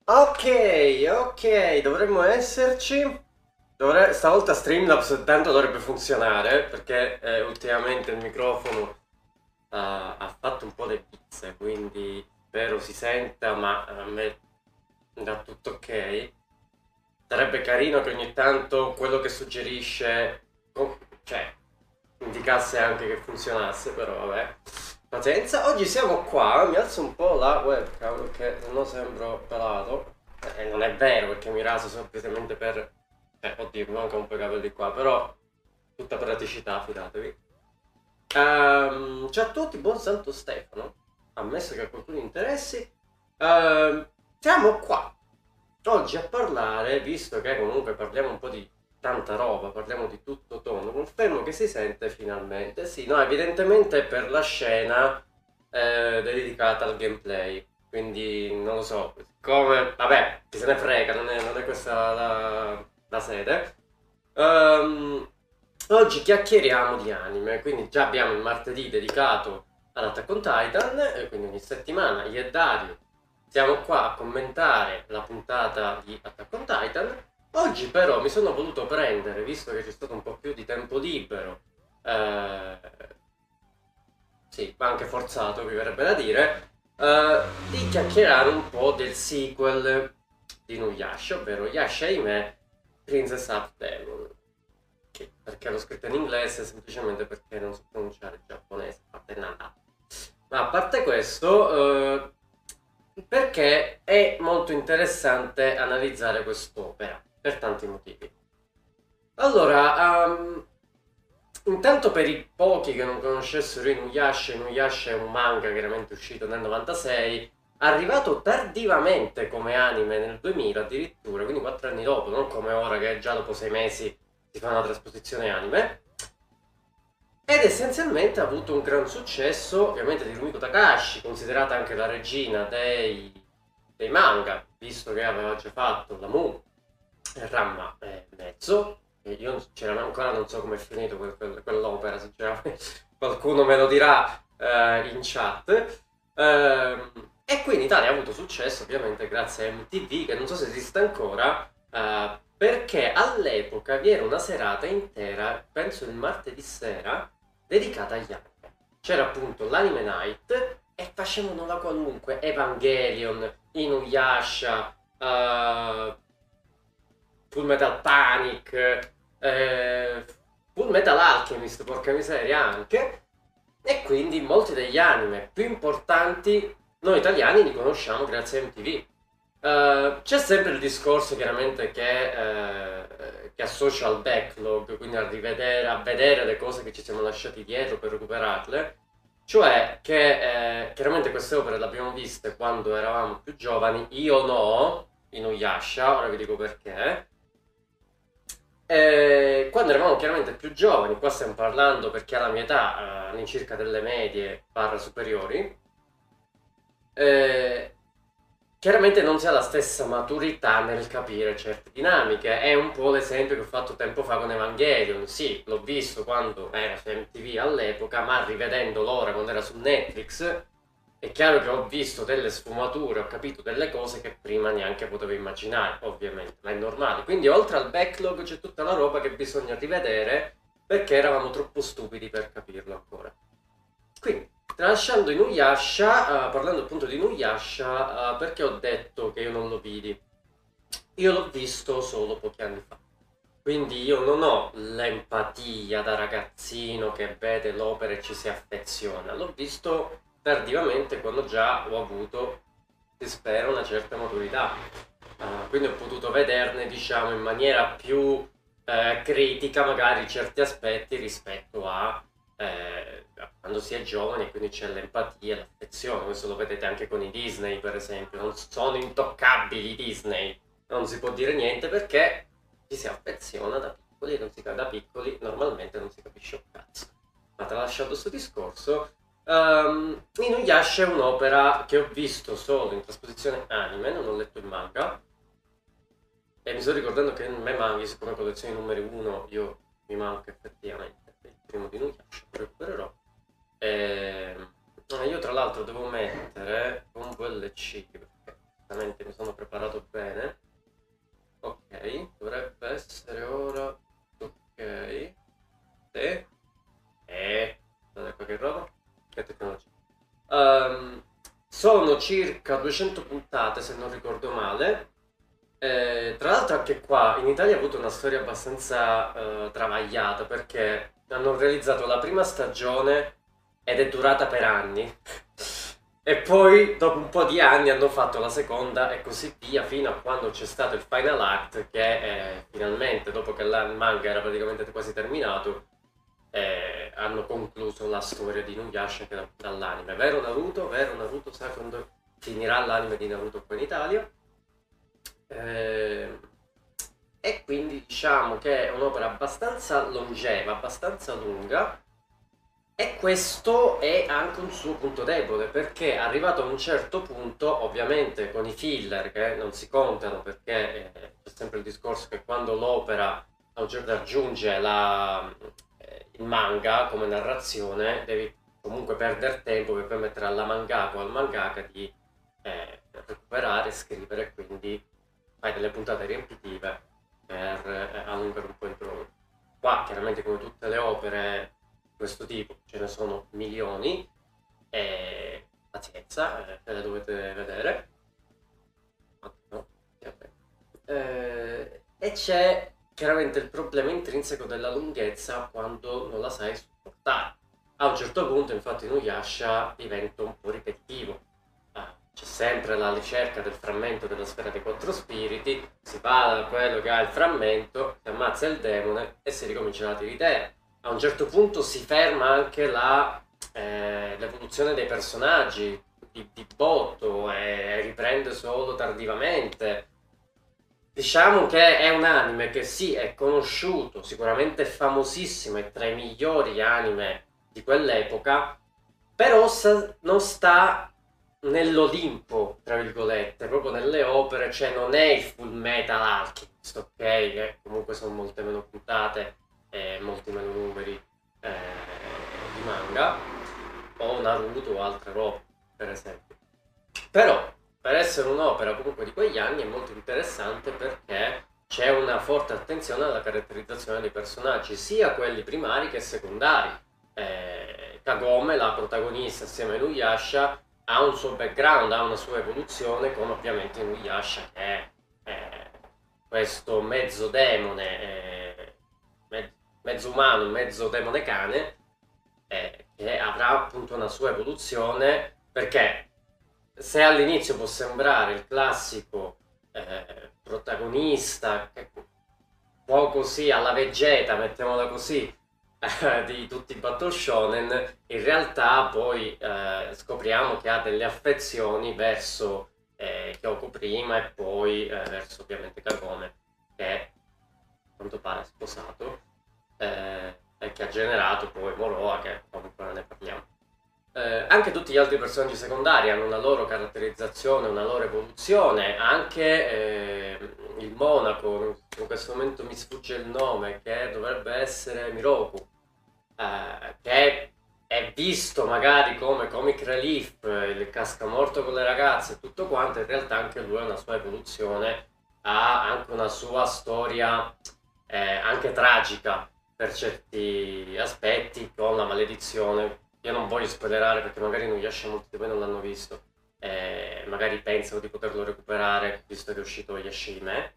Ok, ok, dovremmo esserci. Stavolta Streamlabs tanto dovrebbe funzionare perché ultimamente il microfono ha fatto un po' le pizze, quindi spero si senta, ma a me da tutto ok. Sarebbe carino che ogni tanto quello che suggerisce, cioè, indicasse anche che funzionasse, però vabbè. Pazienza, oggi siamo qua, mi alzo un po' la webcam perché sennò sembro pelato. E non è vero perché mi raso semplicemente per... oddio, mi manca un po' i capelli qua, però tutta praticità, fidatevi. Ciao a tutti, buon Santo Stefano. Ammesso che a qualcuno interessi. Siamo qua oggi a parlare, visto che comunque parliamo un po' di tanta roba, parliamo di tutto tono, confermo che si sente finalmente. Sì, no, evidentemente per la scena dedicata al gameplay. Quindi non lo so, come... Vabbè, chi se ne frega, non è questa la sede. Ehm, Oggi chiacchieriamo di anime, quindi già abbiamo il martedì dedicato ad Attack on Titan, e quindi ogni settimana io e Dario siamo qua a commentare la puntata di Attack on Titan. Oggi però mi sono voluto prendere, visto che c'è stato un po' più di tempo libero, eh, sì, ma anche forzato, mi verrebbe da dire, di chiacchierare un po' del sequel di Nuyasha, ovvero Yasha Hime Princess Up Demon. Perché l'ho scritto in inglese semplicemente perché non so pronunciare il giapponese, a parte nada. Ma a parte questo, perché è molto interessante analizzare quest'opera, per tanti motivi. Allora, intanto per i pochi che non conoscessero Inuyasha è un manga chiaramente uscito nel 96, arrivato tardivamente come anime nel 2000 addirittura, quindi 4 anni dopo, non come ora che già dopo 6 mesi si fa una trasposizione anime. Ed essenzialmente ha avuto un gran successo, ovviamente di Rumiko Takahashi, considerata anche la regina dei manga, visto che aveva già fatto la Mu e Ramma e mezzo. E io ancora non so come è finito quell'opera, sinceramente. Qualcuno me lo dirà in chat. E qui in Italia ha avuto successo, ovviamente, grazie a MTV, che non so se esiste ancora, perché all'epoca vi era una serata intera, penso il martedì sera, dedicata agli anime. C'era appunto l'Anime Night e facevano la qualunque Evangelion, Inuyasha, Full Metal Panic, Full Metal Alchemist, porca miseria anche. E quindi molti degli anime più importanti noi italiani li conosciamo grazie a MTV. C'è sempre il discorso chiaramente che associa al backlog, quindi a vedere le cose che ci siamo lasciati dietro per recuperarle, cioè che chiaramente queste opere le abbiamo viste quando eravamo più giovani, io no, Inuyasha, ora vi dico perché. Quando eravamo chiaramente più giovani, qua stiamo parlando perché alla mia età, all'incirca delle medie barra superiori, eh, chiaramente non si ha la stessa maturità nel capire certe dinamiche. È un po' l'esempio che ho fatto tempo fa con Evangelion. Sì, l'ho visto quando era su MTV all'epoca, ma rivedendo l'ora quando era su Netflix, è chiaro che ho visto delle sfumature, ho capito delle cose che prima neanche potevo immaginare, ovviamente, ma è normale. Quindi oltre al backlog c'è tutta la roba che bisogna rivedere perché eravamo troppo stupidi per capirlo ancora. Quindi, tralasciando Inuyasha, parlando appunto di Inuyasha, perché ho detto che io non lo vidi? Io l'ho visto solo pochi anni fa. Quindi io non ho l'empatia da ragazzino che vede l'opera e ci si affeziona. L'ho visto tardivamente quando già ho avuto, si spera, una certa maturità. Quindi ho potuto vederne, diciamo, in maniera più critica magari certi aspetti rispetto a quando si è giovani e quindi c'è l'empatia, l'affezione. Questo lo vedete anche con i Disney, per esempio. Non sono intoccabili i Disney. Non si può dire niente perché ci si affeziona da piccoli e non si, da piccoli normalmente non si capisce un cazzo. Ma tralasciando questo discorso, Inuyasha è un'opera che ho visto solo in trasposizione anime, non ho letto il manga. E mi sto ricordando che me manghi, siccome collezione numero 1, io mi manca effettivamente il primo di Inuyasha, lo recupererò. Io tra l'altro devo mettere un VLC perché chiaramente mi sono preparato bene. Ok, dovrebbe essere ora. Ok. Sì. Guardate qua che roba. Che tecnologia. Sono circa 200 puntate, se non ricordo male. Tra l'altro anche qua in Italia ha avuto una storia abbastanza travagliata perché hanno realizzato la prima stagione ed è durata per anni. E poi dopo un po' di anni hanno fatto la seconda e così via fino a quando c'è stato il final act che finalmente, dopo che il manga era praticamente quasi terminato, hanno concluso la storia di Inuyasha che era dall'anime. Vero Naruto sa quando finirà l'anime di Naruto qua in Italia. Eh, e quindi diciamo che è un'opera abbastanza longeva, abbastanza lunga, e questo è anche un suo punto debole, perché arrivato a un certo punto, ovviamente con i filler che non si contano, perché c'è sempre il discorso che quando l'opera a un certo raggiunge il manga come narrazione, devi comunque perdere tempo per permettere alla mangaka o al mangaka di recuperare, scrivere, quindi fai delle puntate riempitive per allungare un po' il brodo. Qua chiaramente come tutte le opere di questo tipo ce ne sono milioni e pazienza, ve le dovete vedere. No, vabbè. E c'è chiaramente il problema intrinseco della lunghezza quando non la sai supportare. A un certo punto infatti Inuyasha diventa un po' ripetitivo. C'è sempre la ricerca del frammento della sfera dei quattro spiriti, si va da quello che ha il frammento, si ammazza il demone e si ricomincia la tiritera. A un certo punto si ferma anche l'evoluzione dei personaggi di botto e riprende solo tardivamente. Diciamo che è un anime che sì, è conosciuto, sicuramente è famosissimo, è tra i migliori anime di quell'epoca, però non sta nell'Olimpo, tra virgolette, proprio nelle opere, cioè non è il Full Metal Alchemist, ok? Che comunque sono molte meno puntate e molti meno numeri di manga, o Naruto o altre robe, per esempio. Però, per essere un'opera comunque di quegli anni, è molto interessante perché c'è una forte attenzione alla caratterizzazione dei personaggi, sia quelli primari che secondari. Kagome, la protagonista assieme a Inuyasha, ha un suo background, ha una sua evoluzione, come ovviamente Inuyasha che è questo mezzo demone, mezzo umano, mezzo demone cane, che avrà appunto una sua evoluzione, perché se all'inizio può sembrare il classico protagonista, che un po' così alla Vegeta, mettiamola così, di tutti i battle shonen, in realtà poi scopriamo che ha delle affezioni verso Kyoko prima e poi verso ovviamente Kagome, che a quanto pare è sposato, e che ha generato poi Moroha, che comunque non ne parliamo. Anche tutti gli altri personaggi secondari hanno una loro caratterizzazione, una loro evoluzione, anche il monaco, in questo momento mi sfugge il nome, che dovrebbe essere Miroku, che è visto magari come comic relief, il cascamorto con le ragazze e tutto quanto, in realtà anche lui ha una sua evoluzione, ha anche una sua storia anche tragica per certi aspetti, con la maledizione. Io non voglio spoilerare perché magari Inuyasha molti di voi non l'hanno visto, magari pensano di poterlo recuperare visto che è uscito Yashime,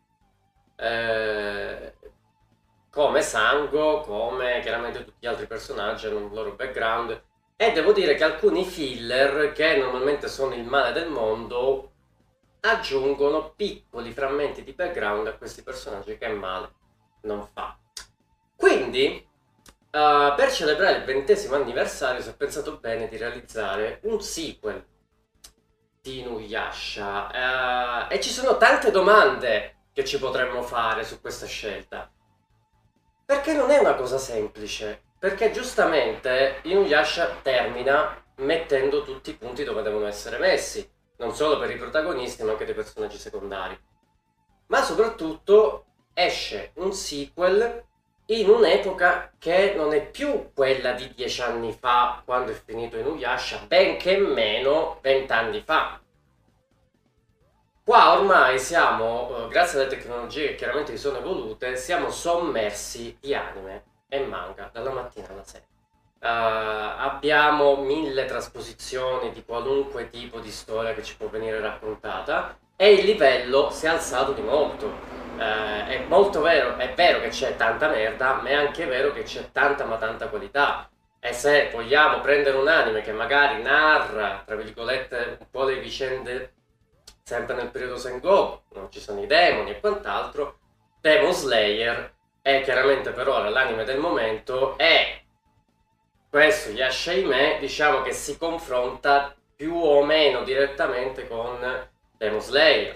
come Sango, come chiaramente tutti gli altri personaggi hanno un loro background, e devo dire che alcuni filler, che normalmente sono il male del mondo, aggiungono piccoli frammenti di background a questi personaggi che male non fa. Quindi per celebrare il 20° anniversario si è pensato bene di realizzare un sequel di Inuyasha, e ci sono tante domande che ci potremmo fare su questa scelta, perché non è una cosa semplice, perché giustamente Inuyasha termina mettendo tutti i punti dove devono essere messi, non solo per i protagonisti ma anche dei personaggi secondari, ma soprattutto esce un sequel in un'epoca che non è più quella di 10 anni fa, quando è finito Inuyasha, benché meno 20 anni fa. Qua ormai siamo, grazie alle tecnologie che chiaramente si sono evolute, siamo sommersi di anime e manga dalla mattina alla sera. Abbiamo 1000 trasposizioni di qualunque tipo di storia che ci può venire raccontata e il livello si è alzato di molto. È molto vero, è vero che c'è tanta merda, ma è anche vero che c'è tanta ma tanta qualità. E se vogliamo prendere un anime che magari narra, tra virgolette, un po' le vicende sempre nel periodo Sengoku, non ci sono i demoni e quant'altro, Demon Slayer è chiaramente per ora l'anime del momento e questo Yashaime diciamo che si confronta più o meno direttamente con Demon Slayer.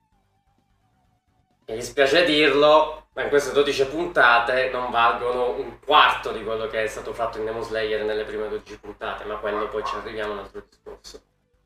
Mi dispiace dirlo, ma in queste 12 puntate non valgono un quarto di quello che è stato fatto in Demon Slayer nelle prime 12 puntate, ma quello poi ci arriviamo a un altro discorso.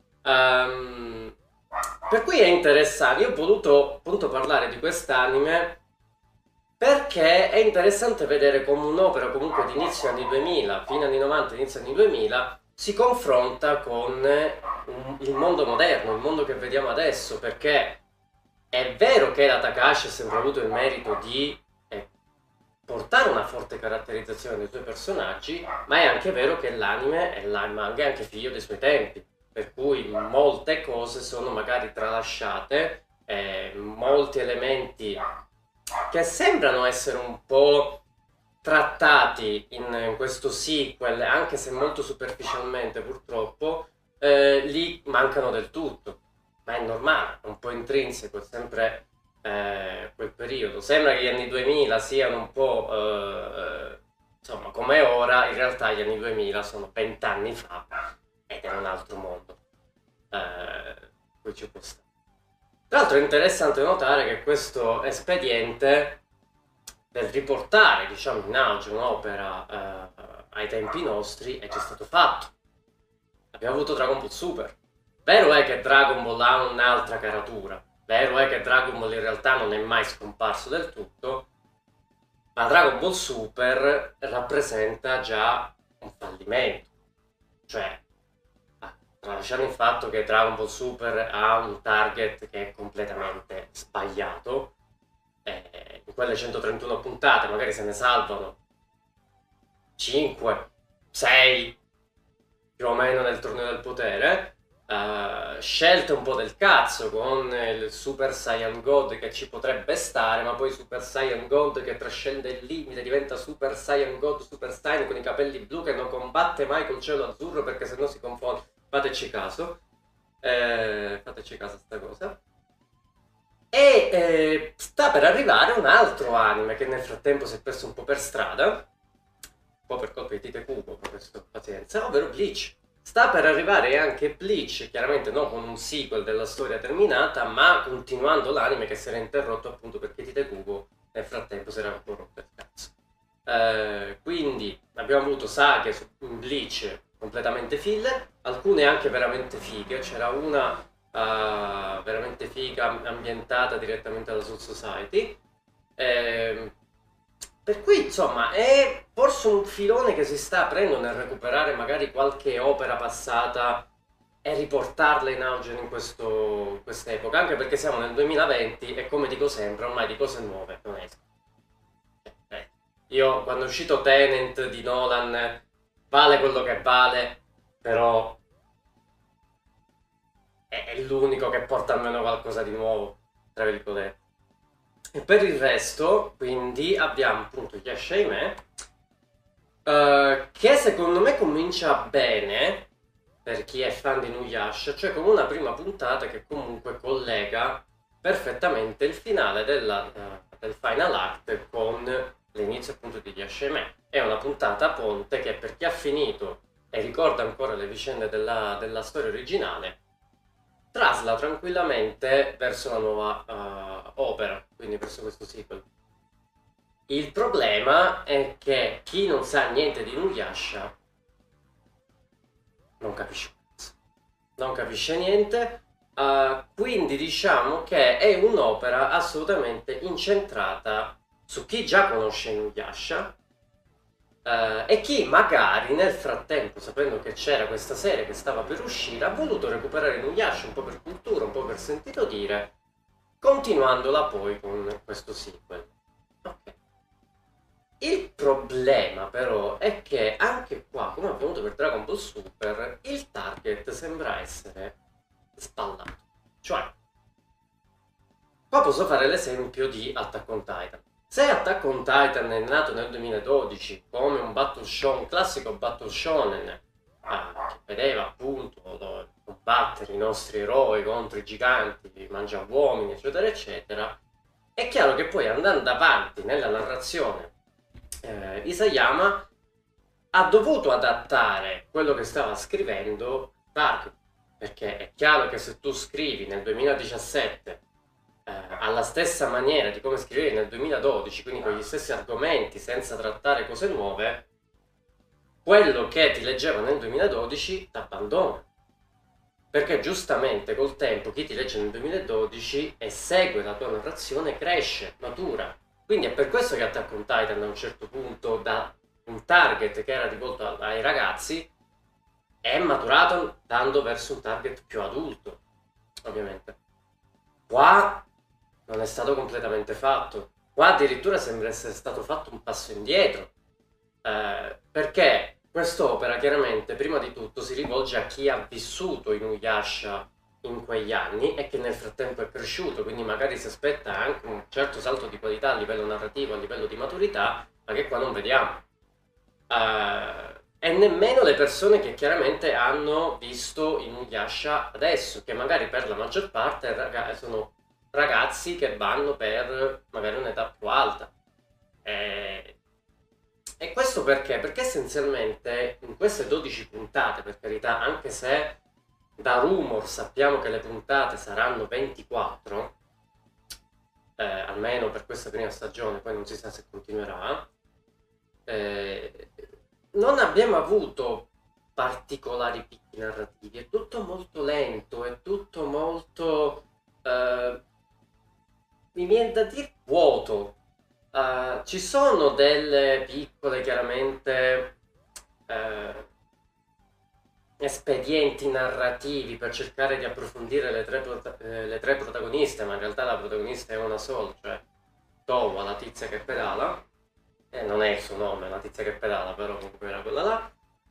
Per cui è interessante, io ho voluto appunto parlare di quest'anime perché è interessante vedere come un'opera comunque di inizio anni 2000, fine anni 90, inizio anni 2000, si confronta con il mondo moderno, il mondo che vediamo adesso, perché è vero che la Takahashi ha sempre avuto il merito di portare una forte caratterizzazione dei suoi personaggi, ma è anche vero che l'anime e il manga è anche figlio dei suoi tempi, per cui molte cose sono magari tralasciate, molti elementi che sembrano essere un po' trattati in questo sequel, anche se molto superficialmente purtroppo, lì mancano del tutto. Ma è normale, è un po' intrinseco, è sempre quel periodo. Sembra che gli anni 2000 siano un po' insomma come ora, in realtà gli anni 2000 sono 20 anni fa ed è un altro mondo. Qui ci può stare. Tra l'altro è interessante notare che questo espediente per riportare, diciamo, in auge un'opera ai tempi nostri è già stato fatto. Abbiamo avuto Dragon Ball Super. Vero è che Dragon Ball ha un'altra caratura, vero è che Dragon Ball in realtà non è mai scomparso del tutto, ma Dragon Ball Super rappresenta già un fallimento. Cioè, tralasciando il fatto che Dragon Ball Super ha un target che è completamente sbagliato, in quelle 131 puntate magari se ne salvano 5, 6 più o meno nel torneo del potere, scelte un po' del cazzo con il Super Saiyan God che ci potrebbe stare, ma poi Super Saiyan God che trascende il limite diventa Super Saiyan God Super Saiyan con i capelli blu che non combatte mai col cielo azzurro perché sennò si confonde. Fateci caso a sta cosa. E sta per arrivare un altro anime che nel frattempo si è perso un po' per strada, un po' per colpa di Tite Kubo, per questo pazienza, ovvero Bleach. Sta per arrivare anche Bleach, chiaramente non con un sequel della storia terminata, ma continuando l'anime che si era interrotto appunto perché Tite Kubo nel frattempo si era un po' rotto il cazzo. Quindi abbiamo avuto saghe su Bleach completamente filler, alcune anche veramente fighe, c'era una veramente figa ambientata direttamente dalla Soul Society, per cui insomma è forse un filone che si sta aprendo nel recuperare magari qualche opera passata e riportarla in auge in quest'epoca, anche perché siamo nel 2020 e come dico sempre ormai di cose nuove non escono. Io quando è uscito Tenet di Nolan vale quello che vale, però è l'unico che porta almeno qualcosa di nuovo, tra virgolette. E per il resto, quindi, abbiamo appunto Yashaime, che secondo me comincia bene, per chi è fan di Nuyasha, cioè con una prima puntata che comunque collega perfettamente il finale del final act con l'inizio appunto di Yashaime. È una puntata a ponte che per chi ha finito e ricorda ancora le vicende della storia originale, trasla tranquillamente verso la nuova opera, quindi verso questo sequel. Il problema è che chi non sa niente di Nuyasha non capisce cazzo. Non capisce niente, quindi diciamo che è un'opera assolutamente incentrata su chi già conosce Nuyasha, E chi magari nel frattempo, sapendo che c'era questa serie che stava per uscire, ha voluto recuperare Inuyasha un po' per cultura, un po' per sentito dire, continuandola poi con questo sequel. Ok. Il problema però è che anche qua, come è avvenuto per Dragon Ball Super, il target sembra essere sballato. Cioè, qua posso fare l'esempio di Attack on Titan. Se Attack on Titan è nato nel 2012 come un battle shonen, un classico battle shonen, che vedeva appunto combattere i nostri eroi contro i giganti, i mangiauomini, eccetera, eccetera, è chiaro che poi andando avanti nella narrazione, Isayama ha dovuto adattare quello che stava scrivendo target, perché è chiaro che se tu scrivi nel 2017 alla stessa maniera di come scrivevi nel 2012, quindi con gli stessi argomenti, senza trattare cose nuove, quello che ti leggeva nel 2012 t'abbandona. Perché giustamente col tempo chi ti legge nel 2012 e segue la tua narrazione cresce, matura. Quindi è per questo che Attack on Titan a un certo punto, da un target che era rivolto ai ragazzi, è maturato andando verso un target più adulto, ovviamente. Qua non è stato completamente fatto. Qua addirittura sembra essere stato fatto un passo indietro. Perché quest'opera chiaramente prima di tutto si rivolge a chi ha vissuto Inuyasha in quegli anni e che nel frattempo è cresciuto, quindi magari si aspetta anche un certo salto di qualità a livello narrativo, a livello di maturità, ma che qua non vediamo. E nemmeno le persone che chiaramente hanno visto Inuyasha adesso, che magari per la maggior parte sono ragazzi che vanno per magari un'età più alta. E questo perché? Perché essenzialmente in queste 12 puntate, per carità, anche se da rumor sappiamo che le puntate saranno 24, almeno per questa prima stagione, poi non si sa se continuerà, non abbiamo avuto particolari picchi narrativi, è tutto molto lento, è tutto molto, mi viene da dire vuoto. Ci sono delle piccole, chiaramente, espedienti narrativi per cercare di approfondire le tre protagoniste, ma in realtà la protagonista è una sola, cioè Towa, la tizia che pedala, non è il suo nome, la tizia che pedala, però comunque era quella là.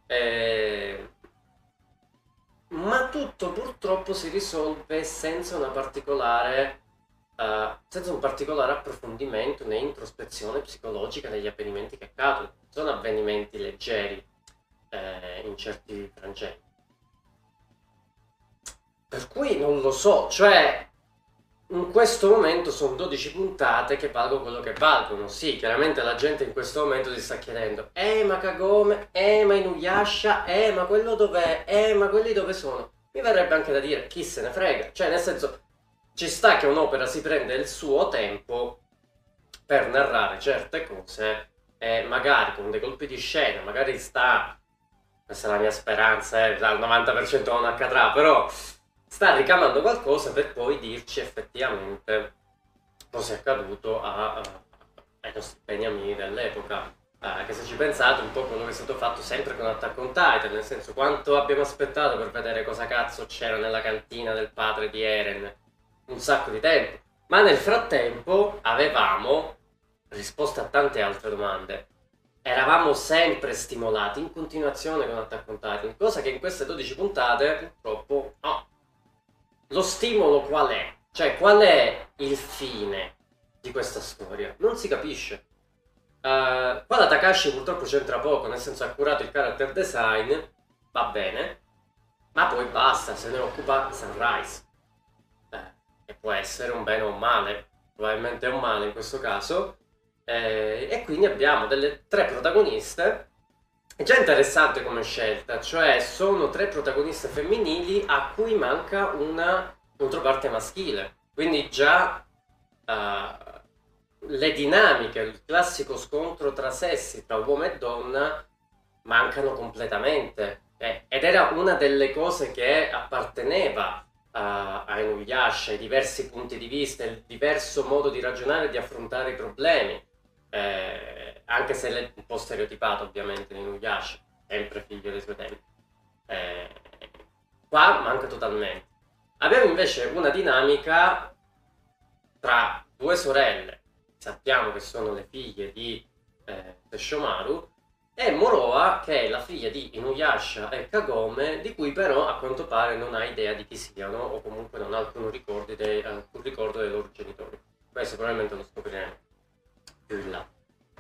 Ma tutto purtroppo si risolve senza una particolare senza un particolare approfondimento né introspezione psicologica degli avvenimenti che accadono. Sono avvenimenti leggeri in certi frangenti. Per cui non lo so, cioè in questo momento sono 12 puntate che valgono quello che valgono. Sì, chiaramente la gente in questo momento si sta chiedendo ma Kagome, ma Inuyasha, ma quello dov'è? Ma quelli dove sono? Mi verrebbe anche da dire, chi se ne frega. Cioè, nel senso, ci sta che un'opera si prende il suo tempo per narrare certe cose e magari con dei colpi di scena, magari sta, questa è la mia speranza, al 90% non accadrà, però sta ricamando qualcosa per poi dirci effettivamente cosa è accaduto ai nostri beniamini dell'epoca. Che se ci pensate un po' quello che è stato fatto sempre con Attack on Titan, nel senso quanto abbiamo aspettato per vedere cosa cazzo c'era nella cantina del padre di Eren, un sacco di tempo, ma nel frattempo avevamo risposto a tante altre domande, eravamo sempre stimolati in continuazione con Attack on Titan, cosa che in queste 12 puntate purtroppo no. Lo stimolo qual è? Cioè qual è il fine di questa storia? Non si capisce. Qua la Takashi purtroppo c'entra poco, nel senso ha curato il character design, va bene, ma poi basta, se ne occupa Sunrise. Che può essere un bene o un male, probabilmente è un male in questo caso, e quindi abbiamo delle tre protagoniste. È già interessante come scelta, cioè sono tre protagoniste femminili a cui manca una controparte maschile, quindi già le dinamiche, il classico scontro tra sessi, tra uomo e donna, mancano completamente, ed era una delle cose che apparteneva a Inuyasha, i diversi punti di vista, il diverso modo di ragionare e di affrontare i problemi. anche se è un po' stereotipato ovviamente in Inuyasha, sempre figlio dei suoi tempi. Eh, Qua manca totalmente. Abbiamo invece una dinamica tra due sorelle, sappiamo che sono le figlie di Teshomaru, e Moroha, che è la figlia di Inuyasha e Kagome, di cui però a quanto pare non ha idea di chi siano, o comunque non ha alcun ricordo dei loro genitori. Questo probabilmente lo scopriremo più in là.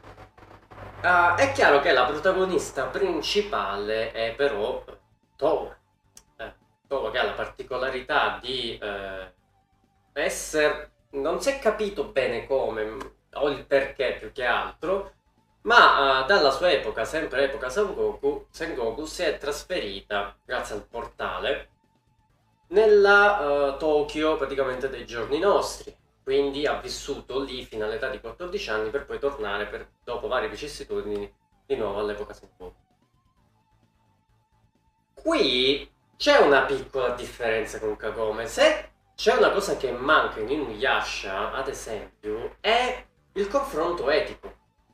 È chiaro che la protagonista principale è però Towa. Towa, che ha la particolarità di essere... Non si è capito bene come, o il perché più che altro, ma dalla sua epoca, sempre epoca Sengoku, si è trasferita, grazie al portale, nella Tokyo praticamente dei giorni nostri. Quindi ha vissuto lì fino all'età di 14 anni per poi tornare dopo varie vicissitudini di nuovo all'epoca Sengoku. Qui c'è una piccola differenza con Kagome. Se c'è una cosa che manca in Inuyasha, ad esempio, è il confronto etico.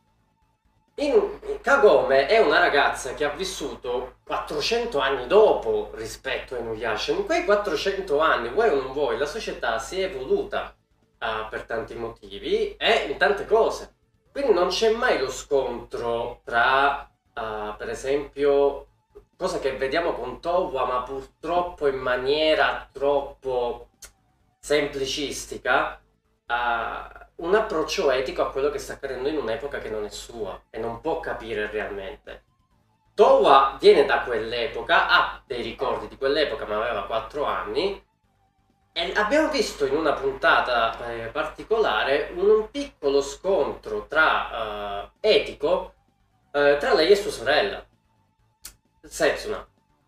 Kagome è una ragazza che ha vissuto 400 anni dopo rispetto a Inuyasha. In quei 400 anni, vuoi o non vuoi, la società si è evoluta per tanti motivi e in tante cose. Quindi non c'è mai lo scontro tra, per esempio, cosa che vediamo con Towa, ma purtroppo in maniera troppo semplicistica, un approccio etico a quello che sta accadendo in un'epoca che non è sua e non può capire realmente. Towa viene da quell'epoca, ha dei ricordi di quell'epoca, ma aveva 4 anni, e abbiamo visto in una puntata particolare un piccolo scontro etico tra lei e sua sorella, Setsuna.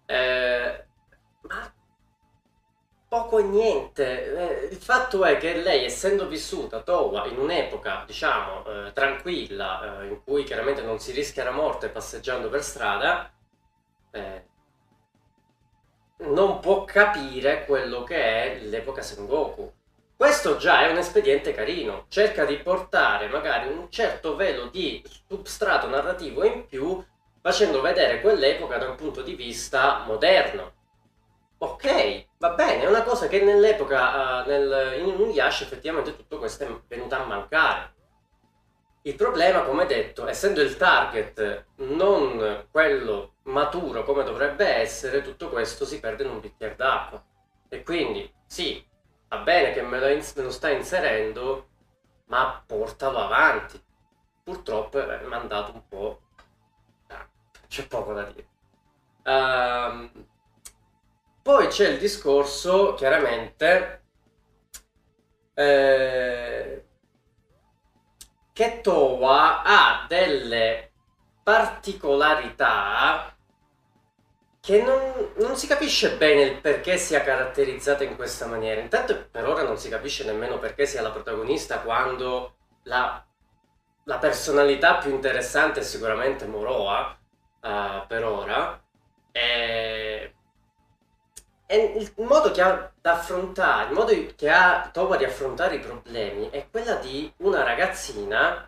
Ma poco e niente. Il fatto è che lei, essendo vissuta Towa in un'epoca, diciamo, tranquilla, in cui chiaramente non si rischia la morte passeggiando per strada, eh, non può capire quello che è l'epoca Sengoku. Questo già è un espediente carino, cerca di portare magari un certo velo di substrato narrativo in più, facendo vedere quell'epoca da un punto di vista moderno. Ok, va bene, è una cosa che nell'epoca, in Inuyasha effettivamente tutto questo è venuto a mancare. Il problema, come detto, essendo il target non quello maturo come dovrebbe essere, tutto questo si perde in un bicchiere d'acqua. E quindi, sì, va bene che me lo sta inserendo, ma portalo avanti. Purtroppo è mandato un po'... c'è poco da dire. Poi c'è il discorso, chiaramente, che Towa ha delle particolarità che non si capisce bene il perché sia caratterizzata in questa maniera. Intanto per ora non si capisce nemmeno perché sia la protagonista quando la personalità più interessante è sicuramente Moroha, per ora. E il modo che ha da affrontare, il modo che ha Towa di affrontare i problemi è quella di una ragazzina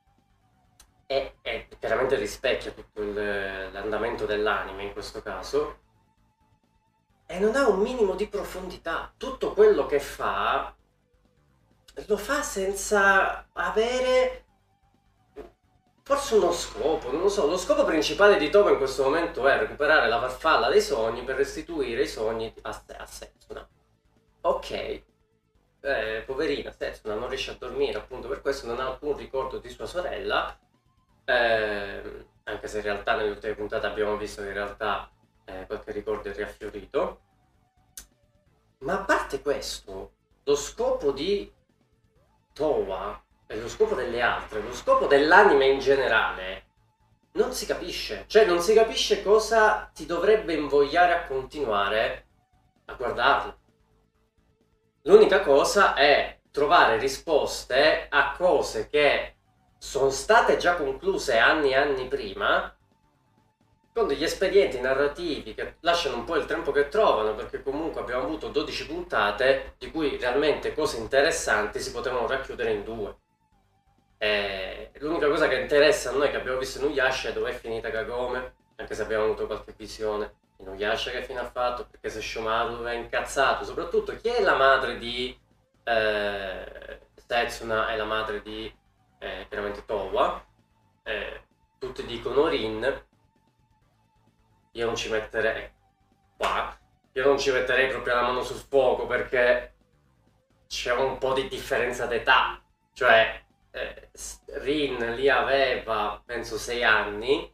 e chiaramente rispecchia tutto l'andamento dell'anime in questo caso e non ha un minimo di profondità. Tutto quello che fa lo fa senza avere forse uno scopo, non lo so. Lo scopo principale di Towa in questo momento è recuperare la farfalla dei sogni per restituire i sogni a Setsuna. Ok, poverina Setsuna non riesce a dormire appunto per questo, non ha alcun ricordo di sua sorella, anche se in realtà nelle ultime puntate abbiamo visto che in realtà qualche ricordo è riaffiorito. Ma a parte questo, lo scopo di Towa e lo scopo delle altre, lo scopo dell'anime in generale, non si capisce. Cioè non si capisce cosa ti dovrebbe invogliare a continuare a guardarlo. L'unica cosa è trovare risposte a cose che sono state già concluse anni e anni prima, con degli espedienti narrativi che lasciano un po' il tempo che trovano, perché comunque abbiamo avuto 12 puntate, di cui realmente cose interessanti si potevano racchiudere in 2. L'unica cosa che interessa a noi che abbiamo visto Inuyasha è dove è finita Kagome, anche se abbiamo avuto qualche visione. Inuyasha che fine ha fatto, perché se Shomaru è incazzato, soprattutto chi è la madre di Setsuna e la madre di chiaramente Towa, tutti dicono Rin, io non ci metterei qua, io non ci metterei proprio la mano sul fuoco perché c'è un po' di differenza d'età, cioè Rin lì aveva penso 6 anni,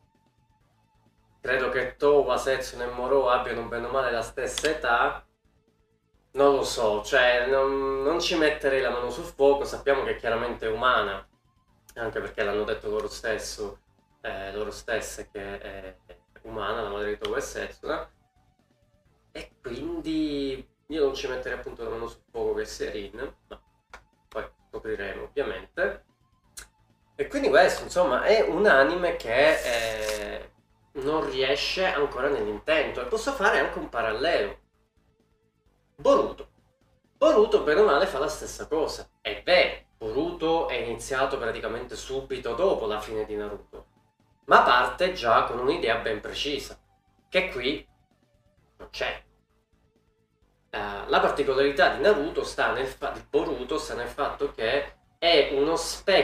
credo che Towa, Setsuna e Moro abbiano bene o male la stessa età, non lo so, cioè non ci metterei la mano sul fuoco, sappiamo che chiaramente è umana, anche perché l'hanno detto loro stesse che è umana, la madre di Towa e Setsuna, e quindi io non ci metterei appunto la mano sul fuoco che sia Rin, ma poi scopriremo ovviamente. E quindi questo insomma è un anime che non riesce ancora nell'intento, e posso fare anche un parallelo. Boruto. Boruto bene o male fa la stessa cosa. È vero, Boruto è iniziato praticamente subito dopo la fine di Naruto, ma parte già con un'idea ben precisa, che qui non c'è. La particolarità di Naruto di Boruto sta nel fatto che è uno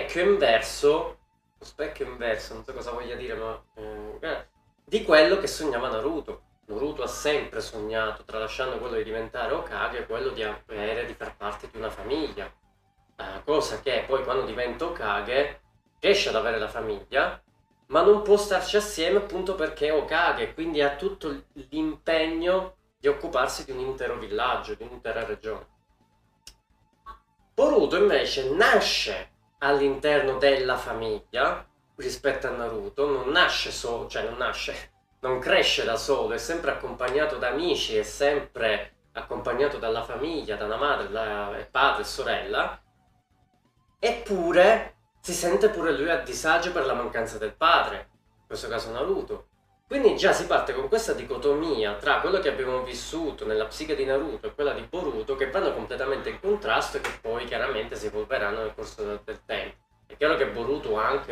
specchio inverso, non so cosa voglia dire, ma di quello che sognava Naruto. Naruto ha sempre sognato, tralasciando quello di diventare Hokage, quello di avere, di far parte di una famiglia. Cosa che poi quando diventa Hokage riesce ad avere la famiglia, ma non può starci assieme appunto perché è Hokage, quindi ha tutto l'impegno di occuparsi di un intero villaggio, di un'intera regione. Boruto invece nasce all'interno della famiglia rispetto a Naruto, non nasce solo, cioè non cresce da solo, è sempre accompagnato da amici, è sempre accompagnato dalla famiglia, da una madre, da padre e sorella, eppure si sente pure lui a disagio per la mancanza del padre, in questo caso Naruto. Quindi già si parte con questa dicotomia tra quello che abbiamo vissuto nella psiche di Naruto e quella di Boruto, che vanno completamente in contrasto e che poi chiaramente si evolveranno nel corso del tempo. È chiaro che Boruto ha anche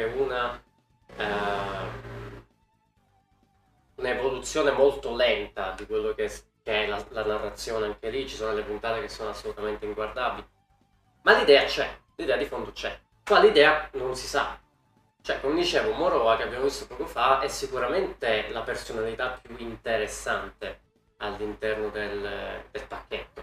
un'evoluzione molto lenta di quello che è la narrazione, anche lì ci sono le puntate che sono assolutamente inguardabili. Ma l'idea c'è, l'idea di fondo c'è. Qua l'idea non si sa. Cioè, come dicevo, Moroa, che abbiamo visto poco fa, è sicuramente la personalità più interessante all'interno del pacchetto.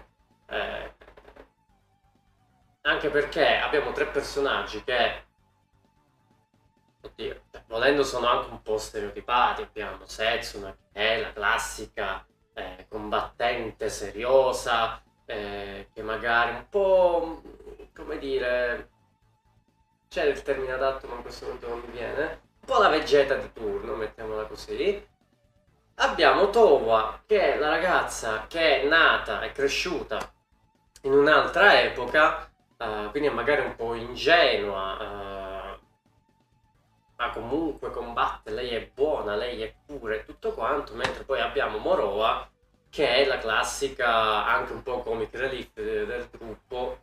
Anche perché abbiamo 3 personaggi che, oddio, cioè, volendo sono anche un po' stereotipati. Abbiamo Setsuna, che è la classica combattente seriosa, che magari un po', come dire, c'è il termine adatto ma in questo momento non mi viene, un po' la Vegeta di turno, mettiamola così. Abbiamo Towa, che è la ragazza che è nata e cresciuta in un'altra epoca, quindi è magari un po' ingenua, ma comunque combatte, lei è buona, lei è pura e tutto quanto, mentre poi abbiamo Moroa, che è la classica, anche un po' comic relief del gruppo,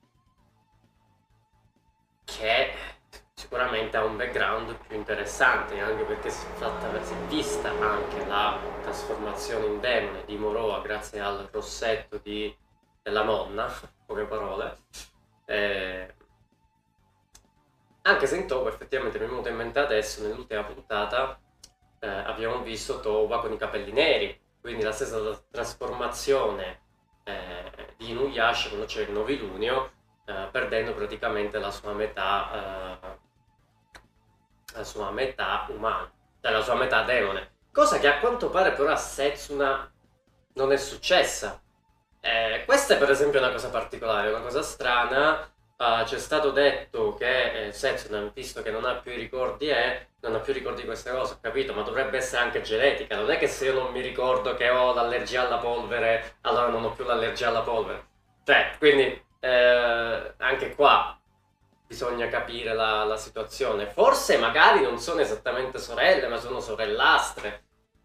che sicuramente ha un background più interessante, anche perché si è vista anche la trasformazione in demone di Moroa grazie al rossetto della nonna, poche parole. Anche se in Towa effettivamente mi è venuto in mente adesso, nell'ultima puntata abbiamo visto Towa con i capelli neri, quindi la stessa trasformazione di Inuyasha quando c'è il novilunio, perdendo praticamente la sua metà umana, cioè la sua metà demone, cosa che a quanto pare però a Setsuna non è successa. Questa è per esempio una cosa particolare, una cosa strana. C'è stato detto che Setsuna, visto che non ha più i ricordi non ha più ricordi di queste cose, ho capito, ma dovrebbe essere anche genetica, non è che se io non mi ricordo che ho l'allergia alla polvere, allora non ho più l'allergia alla polvere. Cioè, quindi anche qua bisogna capire la situazione. Forse magari non sono esattamente sorelle, ma sono sorellastre.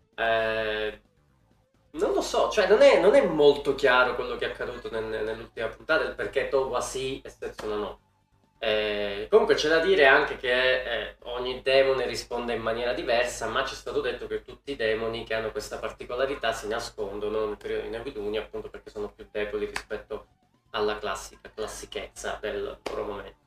Non lo so, cioè non è molto chiaro quello che è accaduto nell'ultima puntata, il perché Towa sì e Setsuna no. Comunque c'è da dire anche che ogni demone risponde in maniera diversa, ma ci è stato detto che tutti i demoni che hanno questa particolarità si nascondono nel periodo di novilunio, appunto perché sono più deboli rispetto alla classichezza del loro momento.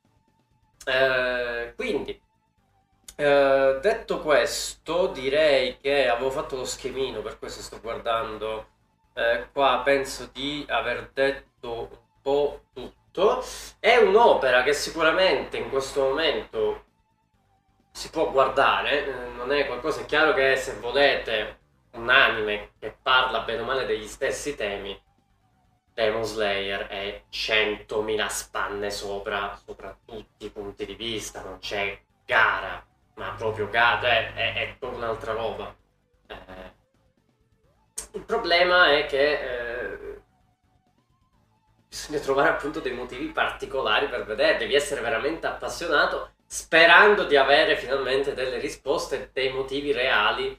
Quindi, detto questo, direi che avevo fatto lo schemino, per questo sto guardando qua, penso di aver detto un po' tutto. È un'opera che sicuramente in questo momento si può guardare, non è qualcosa, è chiaro che se volete un anime che parla bene o male degli stessi temi, Demon Slayer è 100.000 spanne sopra tutti i punti di vista, non c'è gara, ma proprio gara, è proprio un'altra roba. Eh, il problema è che bisogna trovare appunto dei motivi particolari per vedere, devi essere veramente appassionato, sperando di avere finalmente delle risposte, dei motivi reali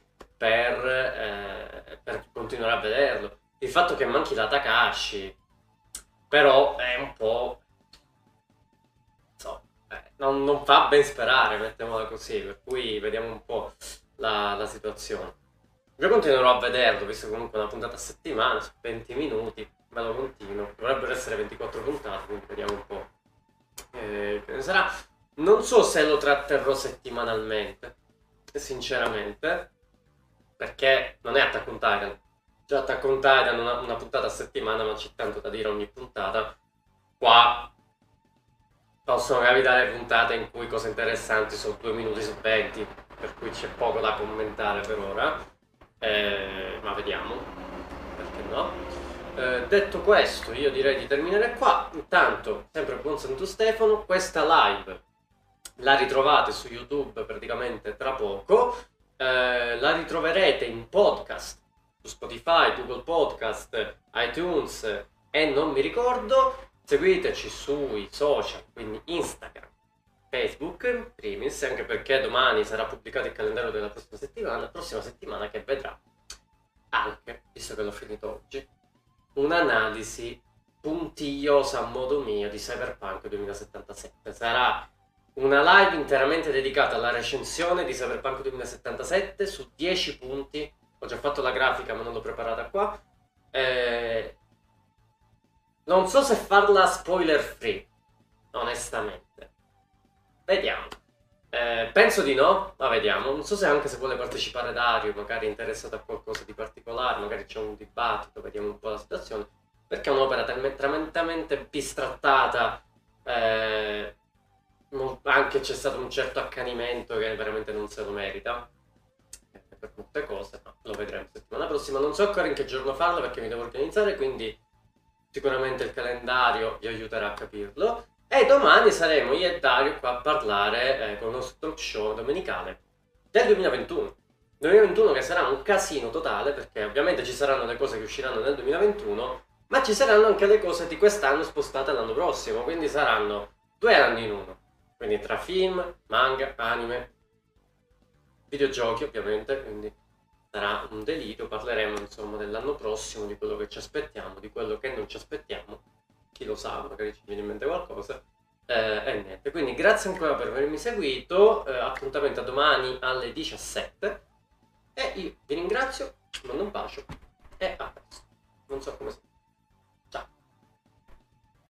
per continuare a vederlo. Il fatto che manchi la Takahashi, però è un po'. Insomma, non fa ben sperare, mettiamola così, per cui vediamo un po' la situazione. Io continuerò a vederlo, visto che comunque una puntata a settimana, su 20 minuti, me lo continuo. Dovrebbero essere 24 puntate, quindi vediamo un po' che ne sarà. Non so se lo tratterrò settimanalmente, sinceramente, perché non è Attack on Titan. Già Attack on Titan una puntata a settimana, ma c'è tanto da dire ogni puntata. Qua possono capitare puntate in cui cose interessanti sono 2 minuti su 20, per cui c'è poco da commentare per ora, ma vediamo, perché no. Detto questo, io direi di terminare qua. Intanto, sempre buon Santo Stefano, questa live la ritrovate su YouTube praticamente tra poco, la ritroverete in podcast su Spotify, Google Podcast, iTunes e non mi ricordo. Seguiteci sui social, quindi Instagram, Facebook, primis, anche perché domani sarà pubblicato il calendario della prossima settimana che vedrà anche, visto che l'ho finito oggi, un'analisi puntigliosa a modo mio di Cyberpunk 2077. Sarà una live interamente dedicata alla recensione di Cyberpunk 2077 su 10 punti. Ho già fatto la grafica ma non l'ho preparata qua. Non so se farla spoiler free, onestamente. Vediamo. Penso di no, ma vediamo. Non so se anche se vuole partecipare Dario, magari interessato a qualcosa di particolare, magari c'è un dibattito, vediamo un po' la situazione. Perché è un'opera talmente bistrattata, anche c'è stato un certo accanimento che veramente non se lo merita. Per molte cose, ma lo vedremo settimana prossima. Non so ancora in che giorno farlo perché mi devo organizzare, quindi sicuramente il calendario vi aiuterà a capirlo. E domani saremo io e Dario qua a parlare con il nostro talk show domenicale del 2021. 2021 che sarà un casino totale perché ovviamente ci saranno le cose che usciranno nel 2021, ma ci saranno anche le cose di quest'anno spostate all'anno prossimo, quindi saranno 2 anni in uno. Quindi tra film, manga, anime, videogiochi ovviamente, quindi sarà un delirio, parleremo insomma dell'anno prossimo, di quello che ci aspettiamo, di quello che non ci aspettiamo, chi lo sa, magari ci viene in mente qualcosa, e niente, quindi grazie ancora per avermi seguito, appuntamento a domani alle 17, e io vi ringrazio, mando un bacio, e a presto, non so come